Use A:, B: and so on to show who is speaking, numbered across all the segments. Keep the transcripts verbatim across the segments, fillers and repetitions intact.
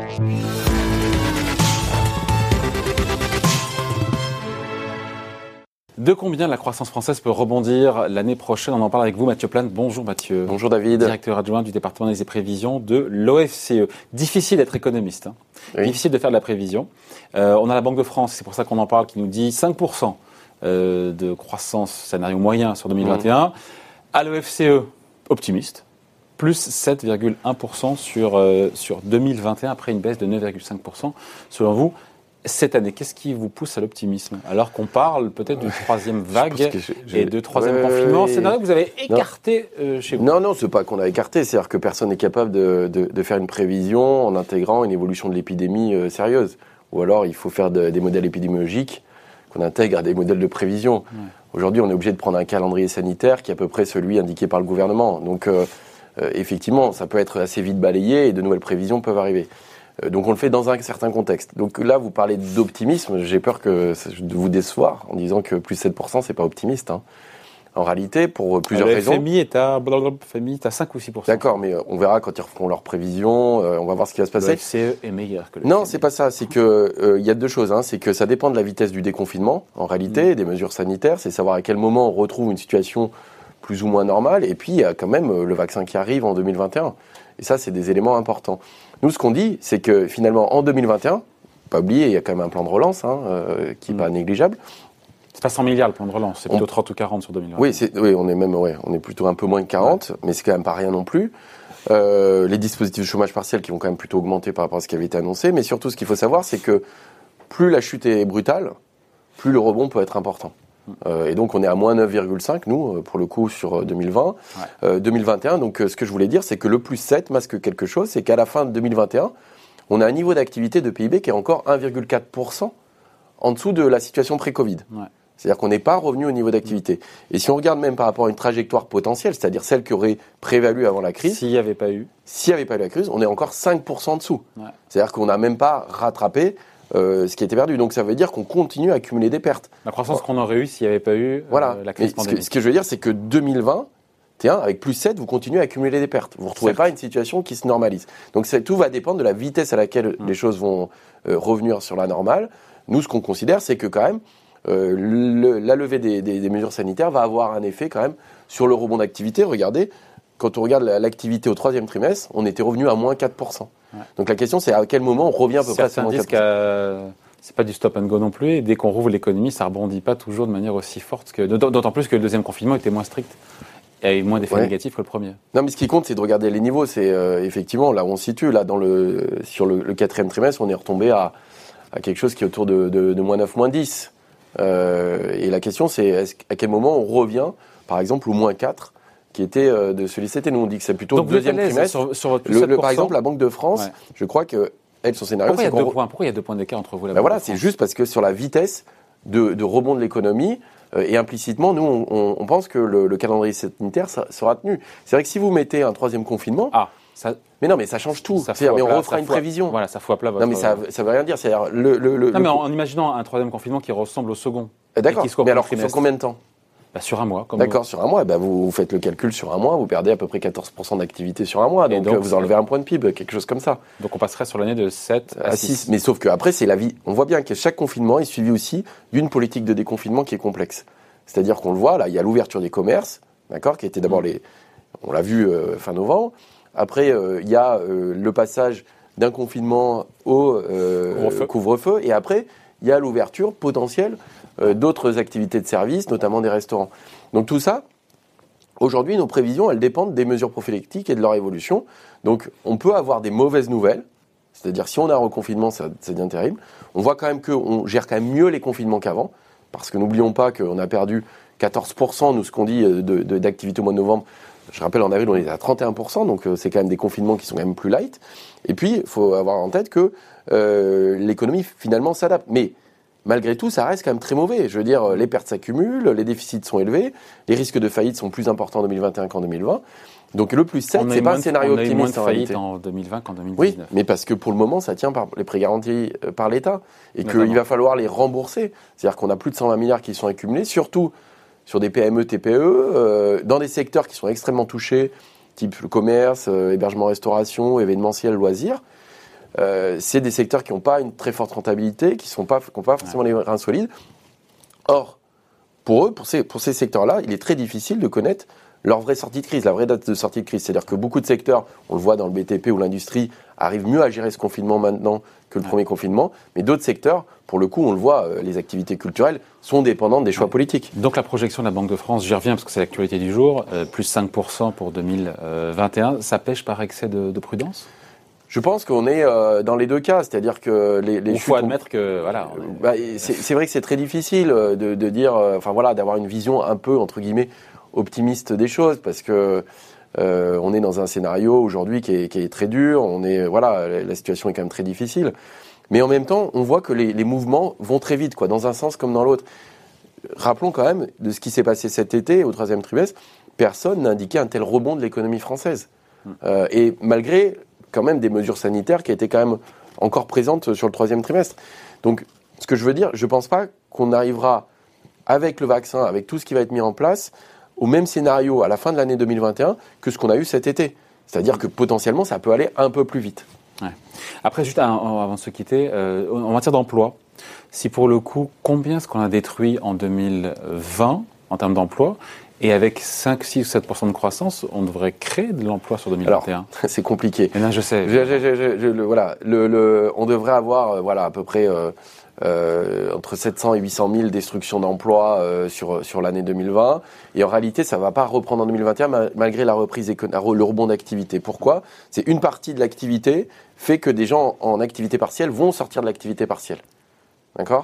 A: De combien la croissance française peut rebondir l'année prochaine? On en parle avec vous, Mathieu Plane. Bonjour Mathieu.
B: Bonjour David.
A: Directeur adjoint du département d'analyse et prévision de l'O F C E. Difficile d'être économiste, hein. Oui. Difficile de faire de la prévision. Euh, on a la Banque de France, c'est pour ça qu'on en parle, qui nous dit cinq pour cent euh, de croissance scénario moyen sur deux mille vingt et un. Mmh. À l'O F C E, optimiste, plus sept virgule un pour cent sur, euh, sur deux mille vingt et un, après une baisse de neuf virgule cinq pour cent. Selon vous, cette année, qu'est-ce qui vous pousse à l'optimisme? Alors qu'on parle peut-être d'une troisième vague je je, et de troisième ouais, confinement, c'est vrai que vous avez écarté euh, chez vous.
B: Non, non, c'est pas qu'on a écarté, c'est-à-dire que personne n'est capable de, de, de faire une prévision en intégrant une évolution de l'épidémie euh, sérieuse. Ou alors, il faut faire de, des modèles épidémiologiques qu'on intègre à des modèles de prévision. Ouais. Aujourd'hui, on est obligé de prendre un calendrier sanitaire qui est à peu près celui indiqué par le gouvernement. Donc, euh, euh, effectivement, ça peut être assez vite balayé et de nouvelles prévisions peuvent arriver. Donc on le fait dans un certain contexte. Donc là, vous parlez d'optimisme, j'ai peur que de vous décevoir en disant que plus sept pour cent, c'est pas optimiste. Hein. En réalité, pour plusieurs raisons.
A: Le F M I est à, F M I est à cinq ou six pour cent.
B: D'accord, mais on verra quand ils referont leurs prévisions, euh, on va voir ce qui va se passer.
A: Le F C E est meilleur que le
B: Non,
A: F M I.
B: c'est pas ça. C'est que il euh, y a deux choses. Hein. C'est que ça dépend de la vitesse du déconfinement, en réalité, mmh. des mesures sanitaires. C'est savoir à quel moment on retrouve une situation plus ou moins normale. Et puis, il y a quand même le vaccin qui arrive en deux mille vingt et un. Et ça, c'est des éléments importants. Nous, ce qu'on dit, c'est que finalement, en deux mille vingt et un, pas oublier, il y a quand même un plan de relance hein, euh, qui n'est mmh. pas négligeable.
A: C'est pas cent milliards le plan de relance, c'est plutôt on... trente ou quarante sur deux mille vingt.
B: Oui, c'est, oui on est même, ouais, on est plutôt un peu moins de quarante, ouais. mais c'est quand même pas rien non plus. Euh, les dispositifs de chômage partiel qui vont quand même plutôt augmenter par rapport à ce qui avait été annoncé, mais surtout, ce qu'il faut savoir, c'est que plus la chute est brutale, plus le rebond peut être important. Euh, et donc on est à moins neuf virgule cinq, nous, pour le coup, sur deux mille vingt. Ouais. Euh, deux mille vingt et un, donc euh, ce que je voulais dire, c'est que le plus sept masque quelque chose, c'est qu'à la fin de deux mille vingt et un, on a un niveau d'activité de P I B qui est encore un virgule quatre pour cent en dessous de la situation pré-Covid. Ouais. C'est-à-dire qu'on n'est pas revenu au niveau d'activité. Mmh. Et si on regarde même par rapport à une trajectoire potentielle, c'est-à-dire celle qui aurait prévalu avant la crise...
A: S'il n'y avait pas eu...
B: S'il n'y avait pas eu la crise, on est encore cinq pour cent en dessous. Ouais. C'est-à-dire qu'on n'a même pas rattrapé... Euh, ce qui a été perdu. Donc ça veut dire qu'on continue à accumuler des pertes.
A: La croissance bon. qu'on aurait eue s'il n'y avait pas eu
B: voilà.
A: euh, la crise
B: Mais
A: pandémique.
B: Ce que, ce que je veux dire, c'est que deux mille vingt et un, avec plus sept, vous continuez à accumuler des pertes. Vous ne retrouvez Certes. pas une situation qui se normalise. Donc c'est, tout va dépendre de la vitesse à laquelle mmh. les choses vont euh, revenir sur la normale. Nous, ce qu'on considère, c'est que quand même, euh, le, la levée des, des, des mesures sanitaires va avoir un effet quand même sur le rebond d'activité. Regardez, quand on regarde l'activité au troisième trimestre, on était revenu à moins quatre pour cent. Ouais. Donc la question, c'est à quel moment on revient à peu près à ce moins quatre pour cent.
A: C'est pas du stop and go non plus. Et dès qu'on rouvre l'économie, ça rebondit pas toujours de manière aussi forte. Que, d'autant plus que le deuxième confinement était moins strict et avait moins d'effets ouais. négatifs que le premier.
B: Non, mais ce qui compte, c'est de regarder les niveaux. C'est euh, effectivement là où on se situe. Là, dans le, sur le, le quatrième trimestre, on est retombé à, à quelque chose qui est autour de, de, de moins neuf, moins dix. Euh, et la question, c'est est-ce, à quel moment on revient, par exemple, au moins quatre qui était euh, de solliciter. Nous, on dit que c'est plutôt
A: Donc,
B: le deuxième trimestre.
A: Sur, sur votre
B: le, le, par exemple, la Banque de France, ouais. je crois que elle, son scénario,
A: Pourquoi
B: c'est
A: il y a deux
B: re...
A: points Pourquoi il y a deux points d'écart entre vous et la
B: ben
A: Banque
B: voilà,
A: de France?
B: C'est juste parce que sur la vitesse de, de rebond de l'économie, euh, et implicitement, nous, on, on, on pense que le, le calendrier sanitaire ça, sera tenu. C'est vrai que si vous mettez un troisième confinement...
A: Ah, ça...
B: Mais non, mais ça change tout. Ça C'est-à-dire, mais on plat, refera une prévision.
A: Voilà, ça fout à plat votre...
B: Non, mais ça ne veut rien dire. C'est-à-dire, le, le, le,
A: non, mais
B: le...
A: en, en imaginant un troisième confinement qui ressemble au second.
B: D'accord, mais alors sur combien de temps?
A: Bah, sur un mois. Comme
B: D'accord,
A: vous.
B: sur un mois, bah, vous, vous faites le calcul sur un mois, vous perdez à peu près quatorze pour cent d'activité sur un mois, donc, donc vous enlevez un point de P I B, quelque chose comme ça.
A: Donc on passerait sur l'année de sept à, à six. six.
B: Mais sauf qu'après, c'est la vie. On voit bien que chaque confinement est suivi aussi d'une politique de déconfinement qui est complexe. C'est-à-dire qu'on le voit, là, il y a l'ouverture des commerces, d'accord, qui était d'abord mmh. les... On l'a vu euh, fin novembre. Après, euh, il y a euh, le passage d'un confinement au euh, couvre-feu. couvre-feu. Et après, il y a l'ouverture potentielle Euh, d'autres activités de service, notamment des restaurants. Donc tout ça, aujourd'hui, nos prévisions, elles dépendent des mesures prophylaxtiques et de leur évolution. Donc on peut avoir des mauvaises nouvelles, c'est-à-dire si on a un reconfinement, ça, ça devient terrible. On voit quand même qu'on gère quand même mieux les confinements qu'avant, parce que n'oublions pas qu'on a perdu quatorze pour cent, nous, ce qu'on dit, de, de, d'activité au mois de novembre. Je rappelle, en avril, on était à trente et un pour cent, donc euh, c'est quand même des confinements qui sont quand même plus light. Et puis, il faut avoir en tête que euh, l'économie, finalement, s'adapte. Mais malgré tout, ça reste quand même très mauvais. Je veux dire, les pertes s'accumulent, les déficits sont élevés, les risques de faillite sont plus importants en deux mille vingt et un qu'en deux mille vingt. Donc le plus sept, c'est pas un scénario optimiste. On a eu moins de
A: faillite en deux mille vingt qu'en deux mille dix-neuf.
B: Oui, mais parce que pour le moment, ça tient par les prêts garantis par l'État et qu'il va falloir les rembourser. C'est-à-dire qu'on a plus de cent vingt milliards qui sont accumulés, surtout sur des P M E, T P E, euh, dans des secteurs qui sont extrêmement touchés, type le commerce, euh, hébergement, restauration, événementiel, loisirs. euh, c'est des secteurs qui n'ont pas une très forte rentabilité, qui n'ont pas, qui ont pas forcément ouais. les reins solides. Or, pour eux, pour ces, pour ces secteurs-là, il est très difficile de connaître leur vraie sortie de crise, la vraie date de sortie de crise. C'est-à-dire que beaucoup de secteurs, on le voit dans le B T P ou l'industrie, arrivent mieux à gérer ce confinement maintenant que le ouais. premier confinement. Mais d'autres secteurs, pour le coup, on le voit, les activités culturelles sont dépendantes des choix ouais. politiques.
A: Donc la projection de la Banque de France, j'y reviens parce que c'est l'actualité du jour, euh, plus cinq pour cent pour deux mille vingt et un, ça pêche par excès de, de prudence ?
B: Je pense qu'on est euh, dans les deux cas, c'est-à-dire que les, les
A: il faut admettre que voilà.
B: On... Bah, c'est, c'est vrai que c'est très difficile de, de dire, euh, enfin voilà, d'avoir une vision un peu entre guillemets optimiste des choses, parce que euh, on est dans un scénario aujourd'hui qui est, qui est très dur. On est voilà, la situation est quand même très difficile, mais en même temps, on voit que les, les mouvements vont très vite, quoi, dans un sens comme dans l'autre. Rappelons quand même de ce qui s'est passé cet été au troisième trimestre. Personne n'a indiqué un tel rebond de l'économie française, euh, et malgré quand même des mesures sanitaires qui étaient quand même encore présentes sur le troisième trimestre. Donc, ce que je veux dire, je ne pense pas qu'on arrivera, avec le vaccin, avec tout ce qui va être mis en place, au même scénario à la fin de l'année deux mille vingt et un que ce qu'on a eu cet été. C'est-à-dire que potentiellement, ça peut aller un peu plus vite.
A: Ouais. Après, juste avant de se quitter, euh, en matière d'emploi, si pour le coup, combien est-ce qu'on a détruit en deux mille vingt en termes d'emploi ? Et avec cinq, six ou sept pour cent de croissance, on devrait créer de l'emploi sur deux mille vingt et un.
B: Alors, c'est compliqué.
A: Et là, je sais.
B: Je, je, je, je, le, voilà, le, le, on devrait avoir euh, voilà, à peu près euh, euh, entre sept cents et huit cent mille destructions d'emplois euh, sur, sur l'année deux mille vingt. Et en réalité, ça ne va pas reprendre en deux mille vingt et un malgré la reprise, le rebond d'activité. Pourquoi ? C'est une partie de l'activité fait que des gens en activité partielle vont sortir de l'activité partielle. D'accord ?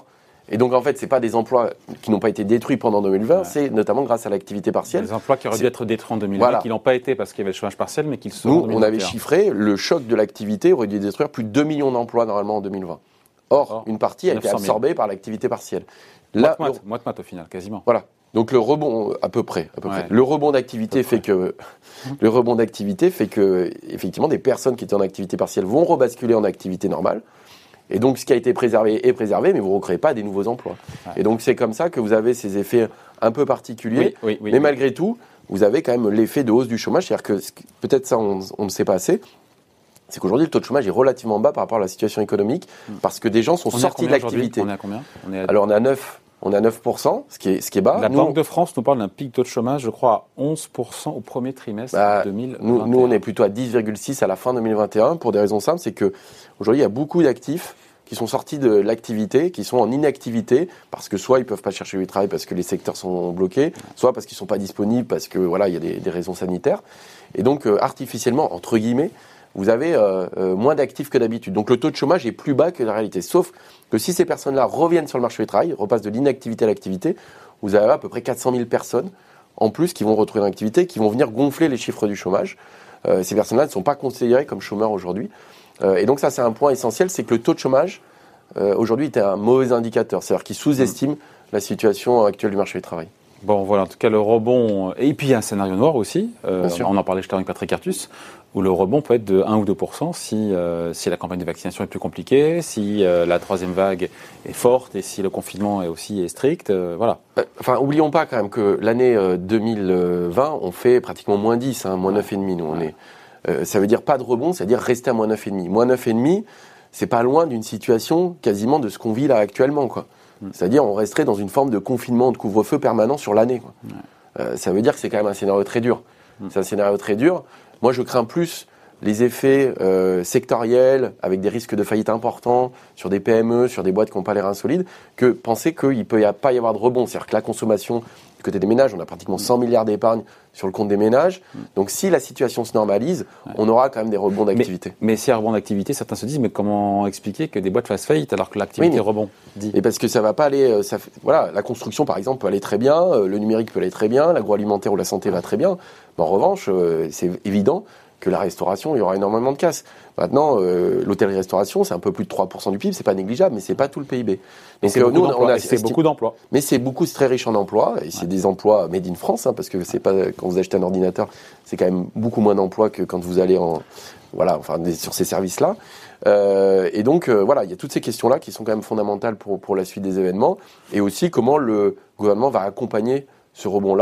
B: Et donc, en fait, ce n'est pas des emplois qui n'ont pas été détruits pendant deux mille vingt, ouais. c'est notamment grâce à l'activité partielle.
A: Des emplois qui auraient dû être détruits en deux mille vingt, voilà. qui n'ont pas été parce qu'il y avait le chômage partiel, mais qu'ils sont
B: Nous,
A: en deux mille vingt et un.
B: On avait chiffré, le choc de l'activité aurait dû détruire plus de deux millions d'emplois normalement en deux mille vingt. Or, oh, une partie a été absorbée par l'activité partielle.
A: Là, moite, le... moite, moite au final, quasiment.
B: Voilà. Donc le rebond, à peu près, à peu
A: ouais.
B: près. Le rebond d'activité fait que, le rebond d'activité fait que, effectivement, des personnes qui étaient en activité partielle vont rebasculer en activité normale. Et donc, ce qui a été préservé est préservé, mais vous ne recréez pas des nouveaux emplois. Ouais. Et donc, c'est comme ça que vous avez ces effets un peu particuliers.
A: Oui, oui, oui,
B: mais
A: oui.
B: malgré tout, vous avez quand même l'effet de hausse du chômage. C'est-à-dire que, peut-être ça, on, on ne sait pas assez, c'est qu'aujourd'hui, le taux de chômage est relativement bas par rapport à la situation économique, parce que des gens sont
A: on
B: sortis de l'activité.
A: On est à combien on est à...
B: Alors, on est à neuf. On est à neuf pour cent, ce qui est, ce qui est bas.
A: La
B: nous,
A: Banque de France nous parle d'un pic de taux de chômage, je crois, à onze pour cent au premier trimestre
B: bah,
A: deux mille vingt et un.
B: Nous, nous, on est plutôt à dix virgule six à la fin deux mille vingt et un, pour des raisons simples. C'est qu'aujourd'hui, il y a beaucoup d'actifs qui sont sortis de l'activité, qui sont en inactivité, parce que soit ils ne peuvent pas chercher du travail parce que les secteurs sont bloqués, soit parce qu'ils ne sont pas disponibles, parce que voilà, il y a des, des raisons sanitaires. Et donc, euh, artificiellement, entre guillemets, vous avez euh, euh, moins d'actifs que d'habitude. Donc le taux de chômage est plus bas que la réalité. Sauf que si ces personnes-là reviennent sur le marché du travail, repassent de l'inactivité à l'activité, vous avez à peu près quatre cent mille personnes en plus qui vont retrouver l'activité, qui vont venir gonfler les chiffres du chômage. Euh, ces personnes-là ne sont pas considérées comme chômeurs aujourd'hui. Euh, et donc ça, c'est un point essentiel, c'est que le taux de chômage, euh, aujourd'hui, est un mauvais indicateur. C'est-à-dire qu'il sous-estime la situation actuelle du marché du travail.
A: Bon, voilà, en tout cas, le rebond... Et puis, il y a un scénario noir aussi. Euh, on en parlait juste avec Patrick Artus, où le rebond peut être de un ou deux pour cent si, euh, si la campagne de vaccination est plus compliquée, si euh, la troisième vague est forte et si le confinement est aussi strict. Euh, voilà.
B: Enfin, oublions pas quand même que l'année euh, deux mille vingt, on fait pratiquement moins dix, hein, moins neuf virgule cinq. Nous, on ouais. est, euh, ça veut dire pas de rebond, c'est-à-dire rester à moins neuf virgule cinq. Moins neuf virgule cinq, c'est pas loin d'une situation quasiment de ce qu'on vit là actuellement, quoi. C'est-à-dire on resterait dans une forme de confinement, de couvre-feu permanent sur l'année, quoi. Ouais. Euh, ça veut dire que c'est quand même un scénario très dur. Mmh. C'est un scénario très dur. Moi, je crains plus les effets euh, sectoriels avec des risques de faillite importants sur des P M E, sur des boîtes qui n'ont pas les reins solides, que penser qu'il ne peut pas y avoir de rebond. C'est-à-dire que la consommation du côté des ménages, on a pratiquement cent milliards d'épargne sur le compte des ménages. Donc si la situation se normalise, ouais. on aura quand même des rebonds d'activité.
A: Mais, mais s'il y a un rebond d'activité, certains se disent, mais comment expliquer que des boîtes fassent faillite alors que l'activité
B: oui,
A: rebond dit.
B: Et parce que ça va pas aller... Ça, voilà, la construction, par exemple, peut aller très bien, le numérique peut aller très bien, l'agroalimentaire ou la santé va très bien. Mais en revanche, c'est évident que la restauration, il y aura énormément de casse. Maintenant, euh, l'hôtellerie-restauration, c'est un peu plus de trois pour cent du P I B, c'est pas négligeable, mais c'est pas tout le P I B.
A: Donc, c'est beaucoup, nous, on a, c'est beaucoup d'emplois.
B: Mais c'est beaucoup, c'est très riche en emplois, et c'est ouais. des emplois made in France, hein, parce que c'est pas, quand vous achetez un ordinateur, c'est quand même beaucoup moins d'emplois que quand vous allez en, voilà, enfin, des, sur ces services-là. Euh, et donc, euh, voilà, il y a toutes ces questions-là qui sont quand même fondamentales pour, pour la suite des événements, et aussi comment le gouvernement va accompagner ce rebond-là,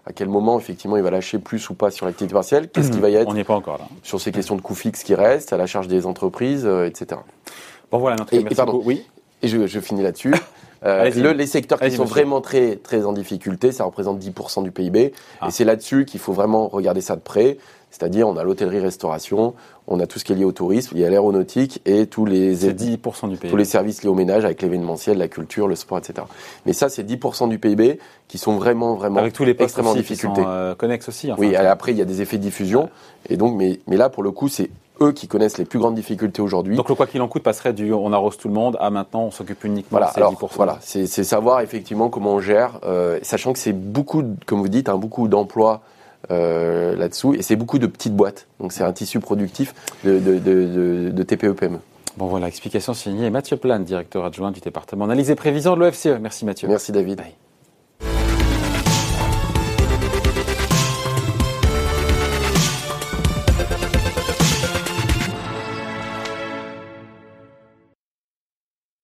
B: à quel moment, effectivement, il va lâcher plus ou pas sur l'activité partielle. Qu'est-ce qui va y être?
A: On n'y est pas encore là.
B: Sur ces questions de coûts fixes qui restent, à la charge des entreprises, euh, et cetera.
A: Bon, voilà, notre
B: et,
A: merci
B: et pardon,
A: beaucoup. Oui.
B: Et je, je finis là-dessus. Euh, le, les secteurs qui
A: Allez-y,
B: sont
A: monsieur.
B: vraiment très, très en difficulté, ça représente dix pour cent du P I B.
A: Ah.
B: Et c'est là-dessus qu'il faut vraiment regarder ça de près. C'est-à-dire, on a l'hôtellerie-restauration, on a tout ce qui est lié au tourisme, il y a l'aéronautique et tous les,
A: C'est dix pour cent du P I B.
B: tous les services liés au ménage avec l'événementiel, la culture, le sport, et cetera. Mais ça, c'est dix pour cent du P I B qui sont vraiment, vraiment
A: Avec tous les postes
B: extrêmement en
A: aussi qui
B: difficulté.
A: sont euh, connexes aussi. Enfin,
B: oui, après, il y a des effets de diffusion. Ouais. Et donc, mais, mais là, pour le coup, c'est eux qui connaissent les plus grandes difficultés aujourd'hui.
A: Donc le quoi qu'il en coûte passerait du on arrose tout le monde à maintenant on s'occupe uniquement
B: voilà,
A: de ces
B: alors,
A: dix pour cent.
B: Voilà, c'est, c'est savoir effectivement comment on gère, euh, sachant que c'est beaucoup, comme vous dites, hein, beaucoup d'emplois euh, là-dessous, et c'est beaucoup de petites boîtes. Donc c'est un tissu productif de, de, de, de, de T P E P M E.
A: Bon voilà, explication signée Mathieu Plane, directeur adjoint du département analyse et prévision de l'O F C E. Merci Mathieu.
B: Merci David.
A: Bye.